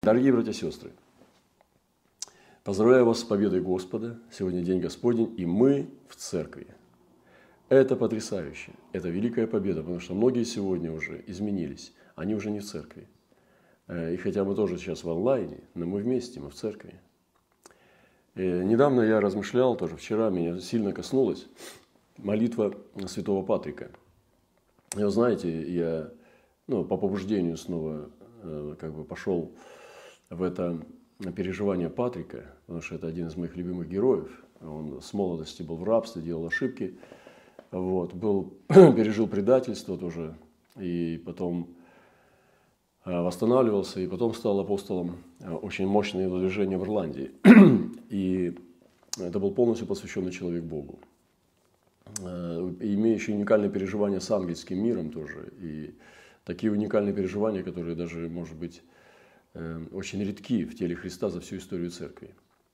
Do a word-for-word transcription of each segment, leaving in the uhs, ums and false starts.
Дорогие братья и сестры, поздравляю вас с победой Господа. Сегодня день Господень, и мы в церкви. Это потрясающе, это великая победа, потому что многие сегодня уже изменились, они уже не в церкви. И хотя мы тоже сейчас в онлайне, но мы вместе, мы в церкви. И недавно я размышлял, тоже вчера меня сильно коснулась молитва святого Патрика. И вы знаете, я ну, по побуждению снова как бы пошел в это переживание Патрика, потому что это один из моих любимых героев. Он с молодости был в рабстве, делал ошибки, вот, был, пережил предательство тоже, и потом восстанавливался, и потом стал апостолом. Очень мощное движение в Ирландии. И это был полностью посвященный человек Богу, имеющий уникальные переживания с ангельским миром тоже. И такие уникальные переживания, которые даже, может быть, очень редки в теле Христа за всю историю церкви.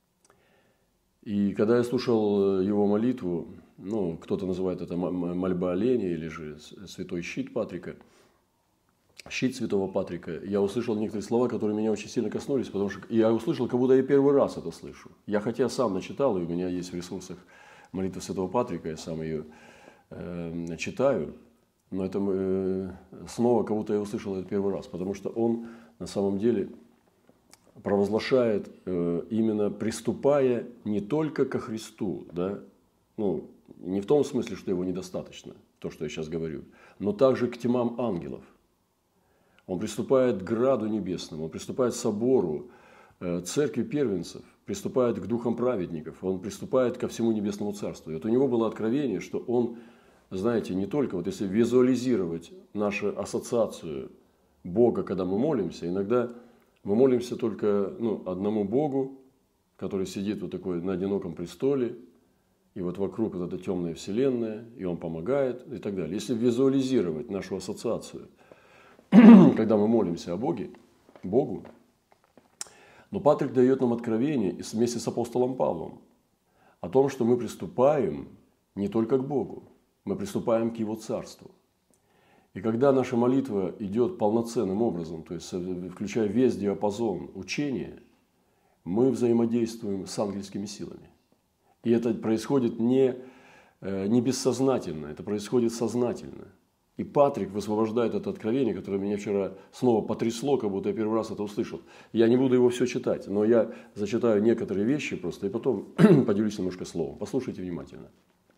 И когда я слушал его молитву, ну, кто-то называет это мольба оленя или же святой щит Патрика, щит святого Патрика, я услышал некоторые слова, которые меня очень сильно коснулись, потому что я услышал, как будто я первый раз это слышу. Я хотя сам начитал, и у меня есть в ресурсах молитва святого Патрика, я сам ее э, читаю, но это э, снова как будто я услышал это первый раз, потому что он на самом деле провозглашает, э, именно приступая не только ко Христу, да, ну, не в том смысле, что его недостаточно, то, что я сейчас говорю, но также к тьмам ангелов. Он приступает к граду небесному, он приступает к собору, э, церкви первенцев, приступает к духам праведников, он приступает ко всему небесному царству. И вот у него было откровение, что он, знаете, не только, вот если визуализировать нашу ассоциацию Бога, когда мы молимся, иногда мы молимся только ну, одному Богу, который сидит вот такой на одиноком престоле, и вот вокруг вот эта темная вселенная, и он помогает, и так далее. Если визуализировать нашу ассоциацию, когда мы молимся о Боге, Богу, но Патрик дает нам откровение вместе с апостолом Павлом о том, что мы приступаем не только к Богу, мы приступаем к Его Царству. И когда наша молитва идет полноценным образом, то есть включая весь диапазон учения, мы взаимодействуем с ангельскими силами. И это происходит не, не бессознательно, это происходит сознательно. И Патрик высвобождает это откровение, которое меня вчера снова потрясло, как будто я первый раз это услышал. Я не буду его все читать, но я зачитаю некоторые вещи просто, и потом поделюсь немножко словом. Послушайте внимательно.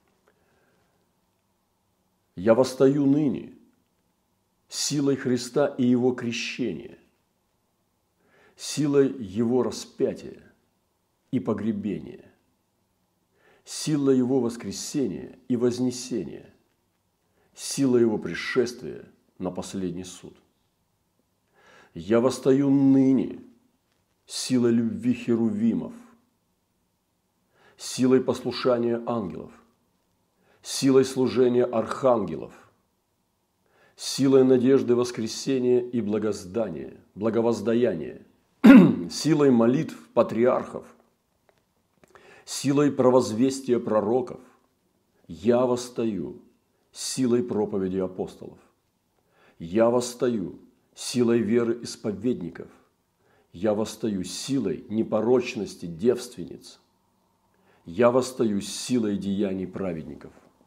«Я восстаю ныне силой Христа и Его крещения, силой Его распятия и погребения, силой Его воскресения и вознесения, сила Его пришествия на последний суд. Я восстаю ныне силой любви херувимов, силой послушания ангелов, силой служения архангелов, силой надежды воскресения и благоздания, благовоздаяния, силой молитв патриархов, силой провозвестия пророков. Я восстаю силой проповеди апостолов. Я восстаю силой веры исповедников. Я восстаю силой непорочности девственниц. Я восстаю силой деяний праведников.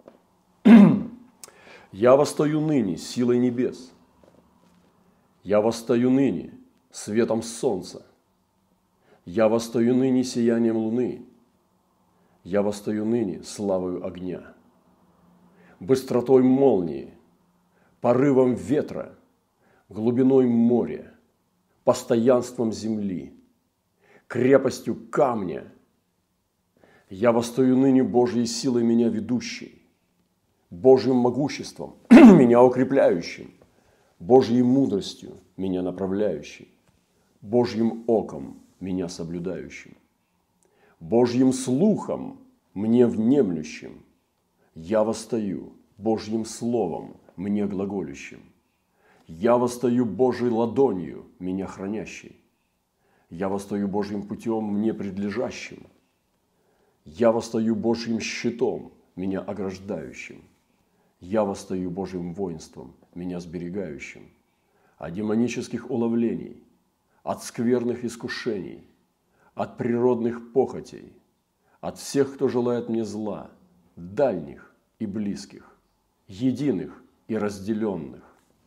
Я восстаю ныне силой небес. Я восстаю ныне светом солнца. Я восстаю ныне сиянием луны. Я восстаю ныне славою огня, быстротой молнии, порывом ветра, глубиной моря, постоянством земли, крепостью камня. Я восстаю ныне Божьей силой меня ведущей, Божьим могуществом меня укрепляющим, Божьей мудростью меня направляющей, Божьим оком меня соблюдающим, Божьим слухом мне внемлющим. Я восстаю Божьим словом мне глаголющим. Я восстаю Божьей ладонью меня хранящей. Я восстаю Божьим путем мне предлежащим. Я восстаю Божьим щитом меня ограждающим. Я восстаю Божьим воинством меня сберегающим. От демонических уловлений, от скверных искушений, от природных похотей, от всех, кто желает мне зла, дальних и близких, единых и разделенных.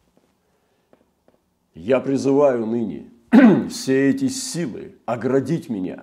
Я призываю ныне все эти силы оградить меня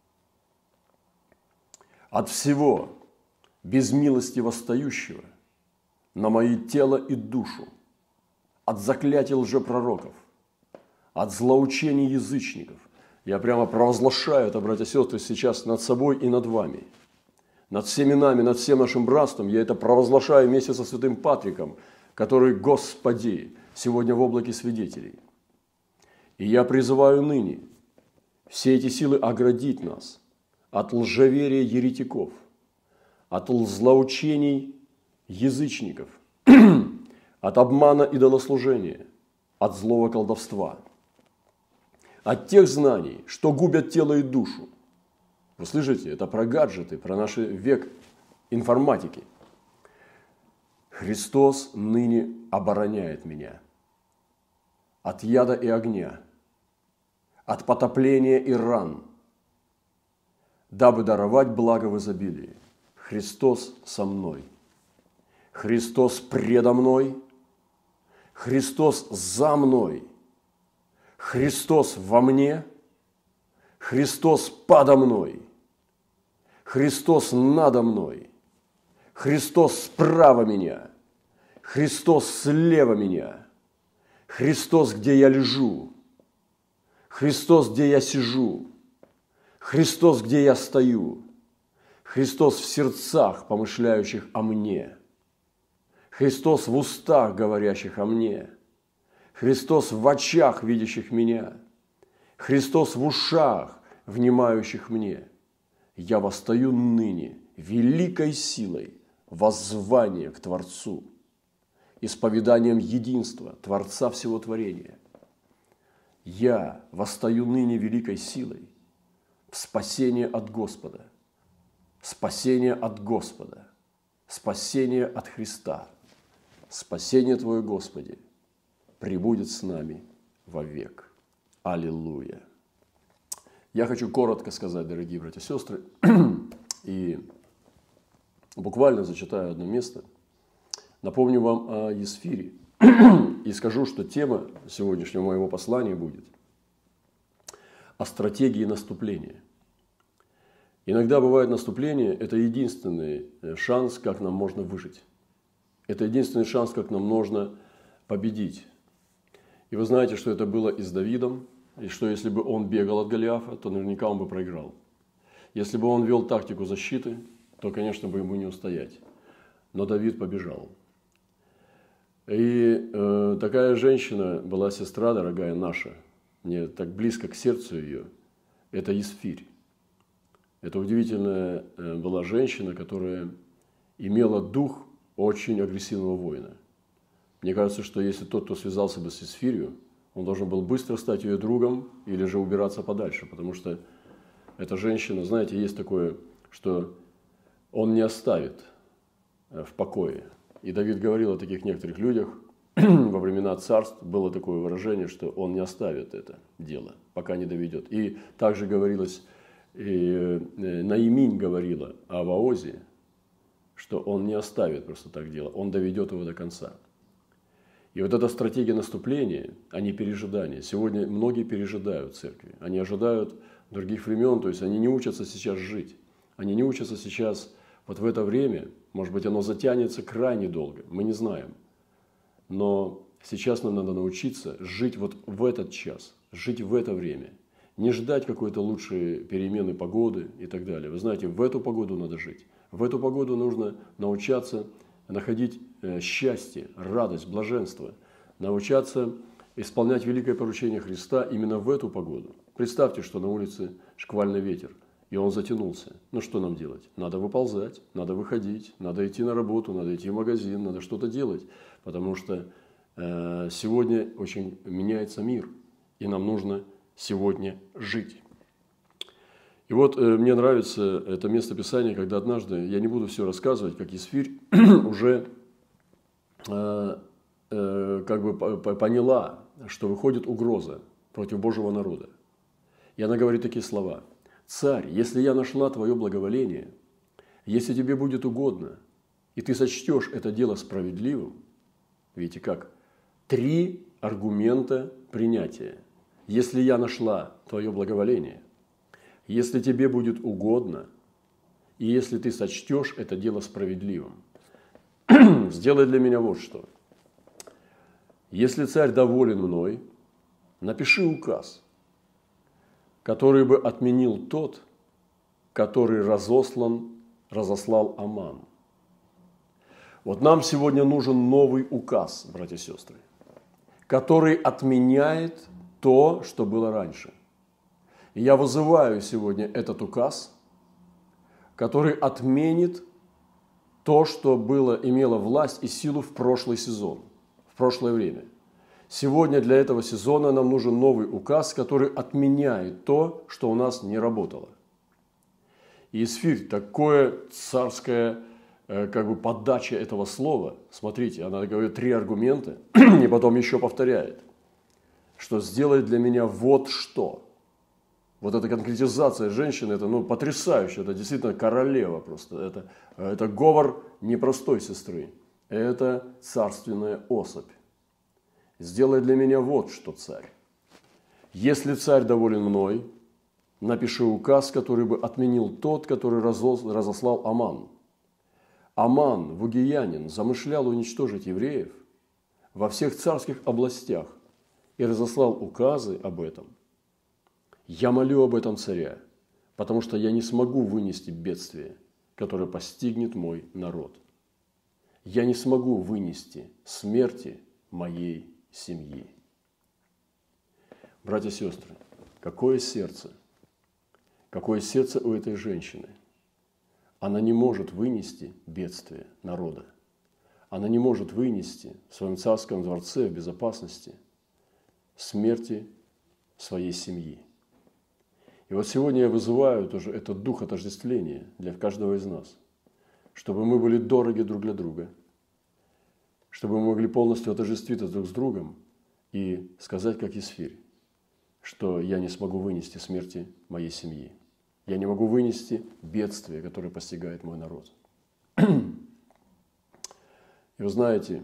от всего без милости восстающего на мое тело и душу, от заклятий лжепророков, от злоучений язычников. Я прямо провозглашаю это, братья и сестры, сейчас над собой и над вами. Над всеми нами, над всем нашим братством. Я это провозглашаю вместе со святым Патриком, который, Господи, сегодня в облаке свидетелей. И я призываю ныне все эти силы оградить нас от лжеверия еретиков, от злоучений язычников, от обмана идолослужения, от злого колдовства, от тех знаний, что губят тело и душу. Вы слышите, это про гаджеты, про наш век информатики. Христос ныне обороняет меня от яда и огня, от потопления и ран, дабы даровать благо в изобилии. Христос со мной, Христос предо мной, Христос за мной, Христос во мне, Христос подо мной, Христос надо мной, Христос справа меня, Христос слева меня, Христос, где я лежу, Христос, где я сижу, Христос, где я стою, Христос в сердцах, помышляющих о мне, Христос в устах, говорящих о мне, Христос в очах, видящих меня, Христос в ушах, внимающих мне. Я восстаю ныне великой силой воззвания к Творцу, исповеданием единства Творца всего творения. Я восстаю ныне великой силой в спасение от Господа, спасение от Господа, спасение от Христа. Спасение Твое, Господи, пребудет с нами вовек. Аллилуйя. Я хочу коротко сказать, дорогие братья и сестры, и буквально зачитаю одно место. Напомню вам о Есфире и скажу, что тема сегодняшнего моего послания будет о стратегии наступления. Иногда бывает наступление – это единственный шанс, как нам можно выжить. Это единственный шанс, как нам можно победить. И вы знаете, что это было и с Давидом, и что если бы он бегал от Голиафа, то наверняка он бы проиграл. Если бы он вел тактику защиты, то, конечно, бы ему не устоять. Но Давид побежал. И э, такая женщина была сестра, дорогая наша, мне так близко к сердцу ее, это Есфирь. Это удивительная э, была женщина, которая имела дух очень агрессивного воина. Мне кажется, что если тот, кто связался бы с Есфирью, он должен был быстро стать ее другом или же убираться подальше, потому что эта женщина, знаете, есть такое, что он не оставит в покое. И Давид говорил о таких некоторых людях во времена царств, было такое выражение, что он не оставит это дело, пока не доведет. И также говорилось, и Наиминь говорила о Воозе, что он не оставит просто так дело, он доведет его до конца. И вот эта стратегия наступления, а не пережидания. Сегодня многие пережидают церкви, они ожидают других времен, то есть они не учатся сейчас жить, они не учатся сейчас вот в это время, может быть, оно затянется крайне долго, мы не знаем. Но сейчас нам надо научиться жить вот в этот час, жить в это время. Не ждать какой-то лучшей перемены погоды и так далее. Вы знаете, в эту погоду надо жить. В эту погоду нужно научаться находить счастье, радость, блаженство. Научаться исполнять великое поручение Христа именно в эту погоду. Представьте, что на улице шквальный ветер, и он затянулся. Ну что нам делать? Надо выползать, надо выходить, надо идти на работу, надо идти в магазин, надо что-то делать. Потому что э, сегодня очень меняется мир, и нам нужно сегодня жить. И вот э, мне нравится это место Писания, когда однажды, я не буду все рассказывать, как Есфирь уже э, э, как бы поняла, что выходит угроза против Божьего народа. И она говорит такие слова. «Царь, если я нашла твое благоволение, если тебе будет угодно, и ты сочтешь это дело справедливым», видите как? Три аргумента принятия. «Если я нашла твое благоволение, если тебе будет угодно, и если ты сочтешь это дело справедливым, сделай для меня вот что. Если царь доволен мной, напиши указ, который бы отменил тот, который разослан, разослал Аман». Вот нам сегодня нужен новый указ, братья и сестры, который отменяет то, что было раньше. И я вызываю сегодня этот указ, который отменит то, что было, имело власть и силу в прошлый сезон, в прошлое время. Сегодня для этого сезона нам нужен новый указ, который отменяет то, что у нас не работало. И Исфирь, такое царское, как бы подача этого слова, смотрите, она говорит три аргумента, и потом еще повторяет, что сделает для меня вот что. Вот эта конкретизация женщины, это ну, потрясающе, это действительно королева просто. Это, это говор непростой сестры, это царственная особь. «Сделай для меня вот что, царь. Если царь доволен мной, напиши указ, который бы отменил тот, который разослал Аман. Аман, вугиянин, замышлял уничтожить евреев во всех царских областях и разослал указы об этом. Я молю об этом царя, потому что я не смогу вынести бедствие, которое постигнет мой народ. Я не смогу вынести смерти моей семьи». Братья и сестры, какое сердце, какое сердце у этой женщины. Она не может вынести бедствие народа. Она не может вынести в своем царском дворце в безопасности смерти своей семьи. И вот сегодня я вызываю тоже этот дух отождествления для каждого из нас, чтобы мы были дороги друг для друга, чтобы мы могли полностью отождествиться друг с другом и сказать, как Исфирь, что я не смогу вынести смерти моей семьи. Я не могу вынести бедствие, которое постигает мой народ. И вы знаете,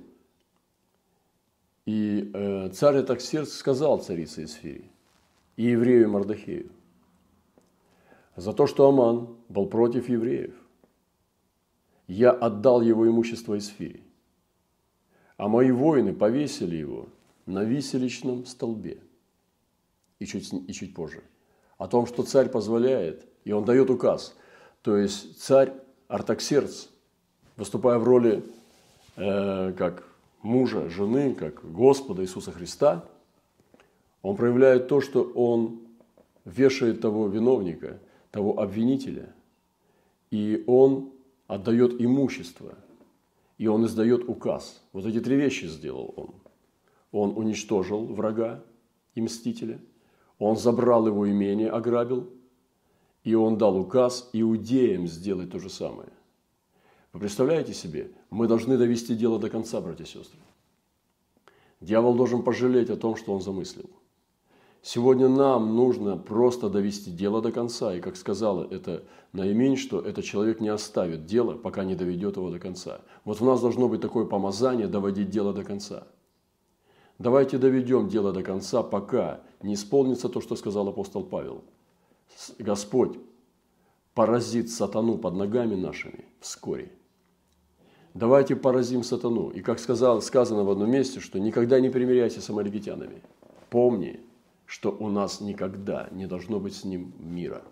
и э, царь Артаксеркс сказал царице Исфири и еврею Мардохею за то, что Аман был против евреев. Я отдал его имущество Исфири, а мои воины повесили его на виселичном столбе. И чуть, и чуть позже. О том, что царь позволяет, и он дает указ. То есть царь Артаксеркс, выступая в роли э, как мужа, жены, как Господа Иисуса Христа, он проявляет то, что он вешает того виновника, того обвинителя, и он отдает имущество, и он издает указ. Вот эти три вещи сделал он. Он уничтожил врага и мстителя, он забрал его имение, ограбил, и он дал указ иудеям сделать то же самое. Вы представляете себе, мы должны довести дело до конца, братья и сестры. Дьявол должен пожалеть о том, что он замыслил. Сегодня нам нужно просто довести дело до конца. И как сказала это Наиминь, что этот человек не оставит дело, пока не доведет его до конца. Вот у нас должно быть такое помазание доводить дело до конца. Давайте доведем дело до конца, пока не исполнится то, что сказал апостол Павел. Господь поразит сатану под ногами нашими вскоре. Давайте поразим сатану. И как сказал, сказано в одном месте, что никогда не примиряйся с амаликитянами. Помни, что у нас никогда не должно быть с ним мира.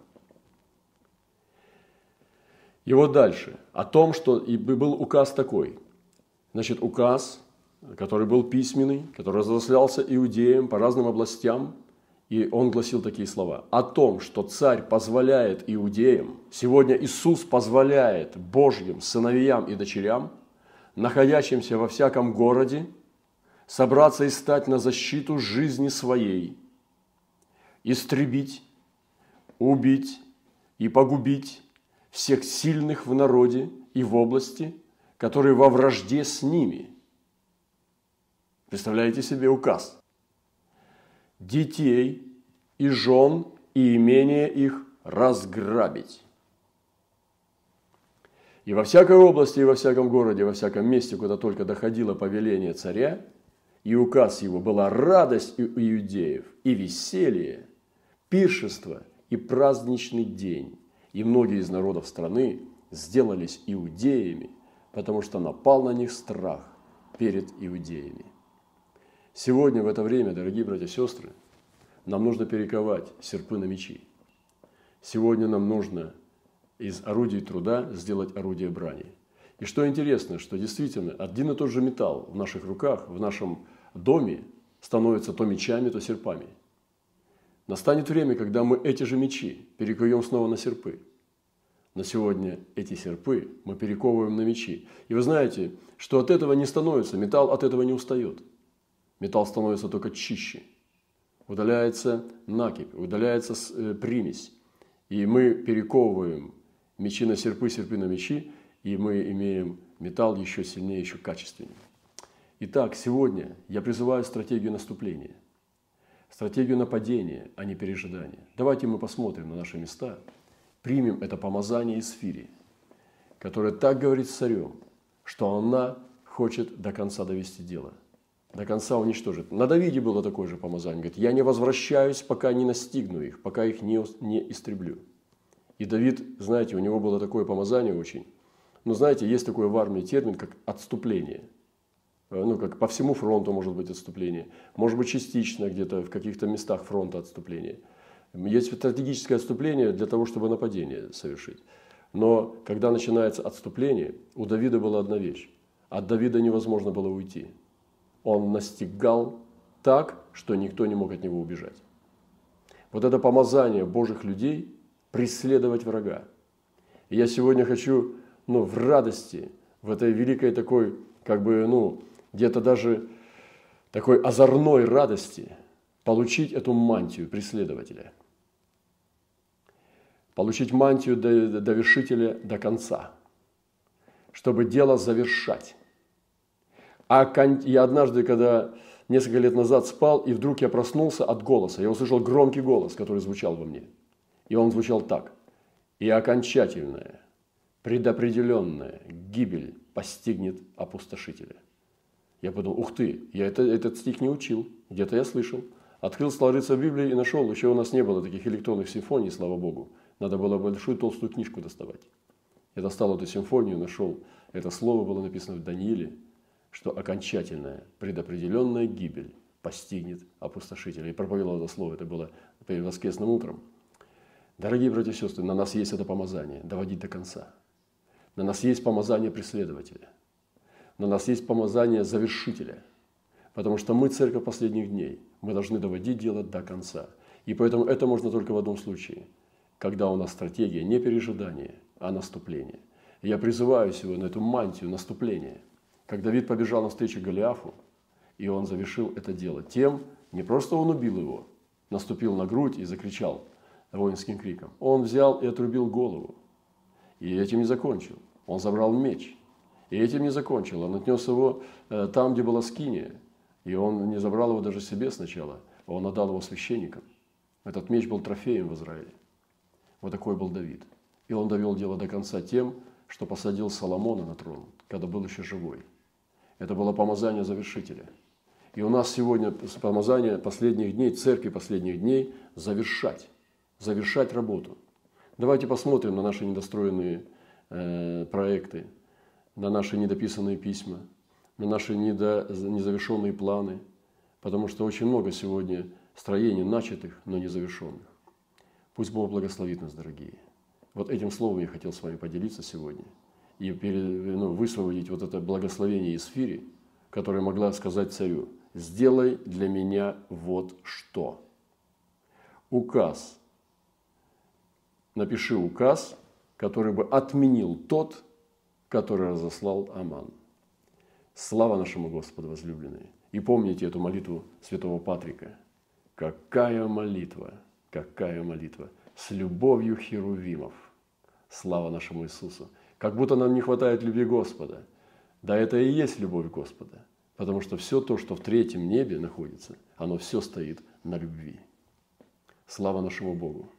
И вот дальше. О том, что и был указ такой. Значит, указ, который был письменный, который разослался иудеям по разным областям, и он гласил такие слова. О том, что царь позволяет иудеям, сегодня Иисус позволяет Божьим сыновьям и дочерям, находящимся во всяком городе, собраться и стать на защиту жизни своей, истребить, убить и погубить всех сильных в народе и в области, которые во вражде с ними. Представляете себе указ? Детей и жен и имение их разграбить. И во всякой области, и во всяком городе, и во всяком месте, куда только доходило повеление царя, и указ его, была радость у иудеев, и веселье, пиршество, и праздничный день. И многие из народов страны сделались иудеями, потому что напал на них страх перед иудеями. Сегодня, в это время, дорогие братья и сестры, нам нужно перековать серпы на мечи. Сегодня нам нужно из орудий труда сделать орудие брани. И что интересно, что действительно один и тот же металл в наших руках, в нашем доме становится то мечами, то серпами. Настанет время, когда мы эти же мечи перекуем снова на серпы. На сегодня эти серпы мы перековываем на мечи. И вы знаете, что от этого не становится, металл от этого не устает. Металл становится только чище. Удаляется накипь, удаляется примесь. И мы перековываем мечи на серпы, серпы на мечи, и мы имеем металл еще сильнее, еще качественнее. Итак, сегодня я призываю стратегию наступления, стратегию нападения, а не пережидания. Давайте мы посмотрим на наши места, примем это помазание из Сфири, которое так говорит с царем, что она хочет до конца довести дело, до конца уничтожить. На Давиде было такое же помазание. Говорит, я не возвращаюсь, пока не настигну их, пока их не, не истреблю. И Давид, знаете, у него было такое помазание очень. Но знаете, есть такой в армии термин, как отступление. Ну, как по всему фронту может быть отступление. Может быть, частично где-то в каких-то местах фронта отступление. Есть стратегическое отступление для того, чтобы нападение совершить. Но когда начинается отступление, у Давида была одна вещь. От Давида невозможно было уйти. Он настигал так, что никто не мог от него убежать. Вот это помазание Божьих людей преследовать врага. И я сегодня хочу, ну, в радости, в этой великой такой, как бы, ну, где-то даже такой озорной радости получить эту мантию преследователя. Получить мантию довершителя до конца, чтобы дело завершать. А я однажды, когда несколько лет назад спал, и вдруг я проснулся от голоса, я услышал громкий голос, который звучал во мне. И он звучал так. И окончательная, предопределенная гибель постигнет опустошителя. Я подумал, ух ты, я это, этот стих не учил, где-то я слышал. Открыл, стал рыться в Библии и нашел, еще у нас не было таких электронных симфоний, слава Богу. Надо было большую толстую книжку доставать. Я достал эту симфонию, нашел, это слово было написано в Данииле, что окончательная, предопределенная гибель постигнет опустошителя. И проповедовал это слово, это было перед воскресным утром. Дорогие братья и сестры, на нас есть это помазание, доводить до конца. На нас есть помазание преследователя. На нас есть помазание завершителя. Потому что мы церковь последних дней. Мы должны доводить дело до конца. И поэтому это можно только в одном случае. Когда у нас стратегия не пережидания, а наступления. И я призываю сегодня эту мантию наступления. Как Давид побежал навстречу Голиафу, и он завершил это дело тем, не просто он убил его, наступил на грудь и закричал воинским криком. Он взял и отрубил голову. И этим не закончил. Он забрал меч. И этим не закончил. Он отнес его там, где была скиния. И он не забрал его даже себе сначала, а он отдал его священникам. Этот меч был трофеем в Израиле. Вот такой был Давид. И он довел дело до конца тем, что посадил Соломона на трон, когда был еще живой. Это было помазание завершителя. И у нас сегодня помазание последних дней, церкви последних дней завершать. Завершать работу. Давайте посмотрим на наши недостроенные э, проекты, на наши недописанные письма, на наши недо, незавершенные планы, потому что очень много сегодня строений начатых, но не завершенных. Пусть Бог благословит нас, дорогие. Вот этим словом я хотел с вами поделиться сегодня и перед, ну, высвободить вот это благословение из Сфири, которое могла сказать царю: «Сделай для меня вот что». Указ. Напиши указ, который бы отменил тот, который разослал Аман. Слава нашему Господу, возлюбленные. И помните эту молитву святого Патрика. Какая молитва, какая молитва. С любовью херувимов. Слава нашему Иисусу. Как будто нам не хватает любви Господа. Да это и есть любовь Господа. Потому что все то, что в третьем небе находится, оно все стоит на любви. Слава нашему Богу!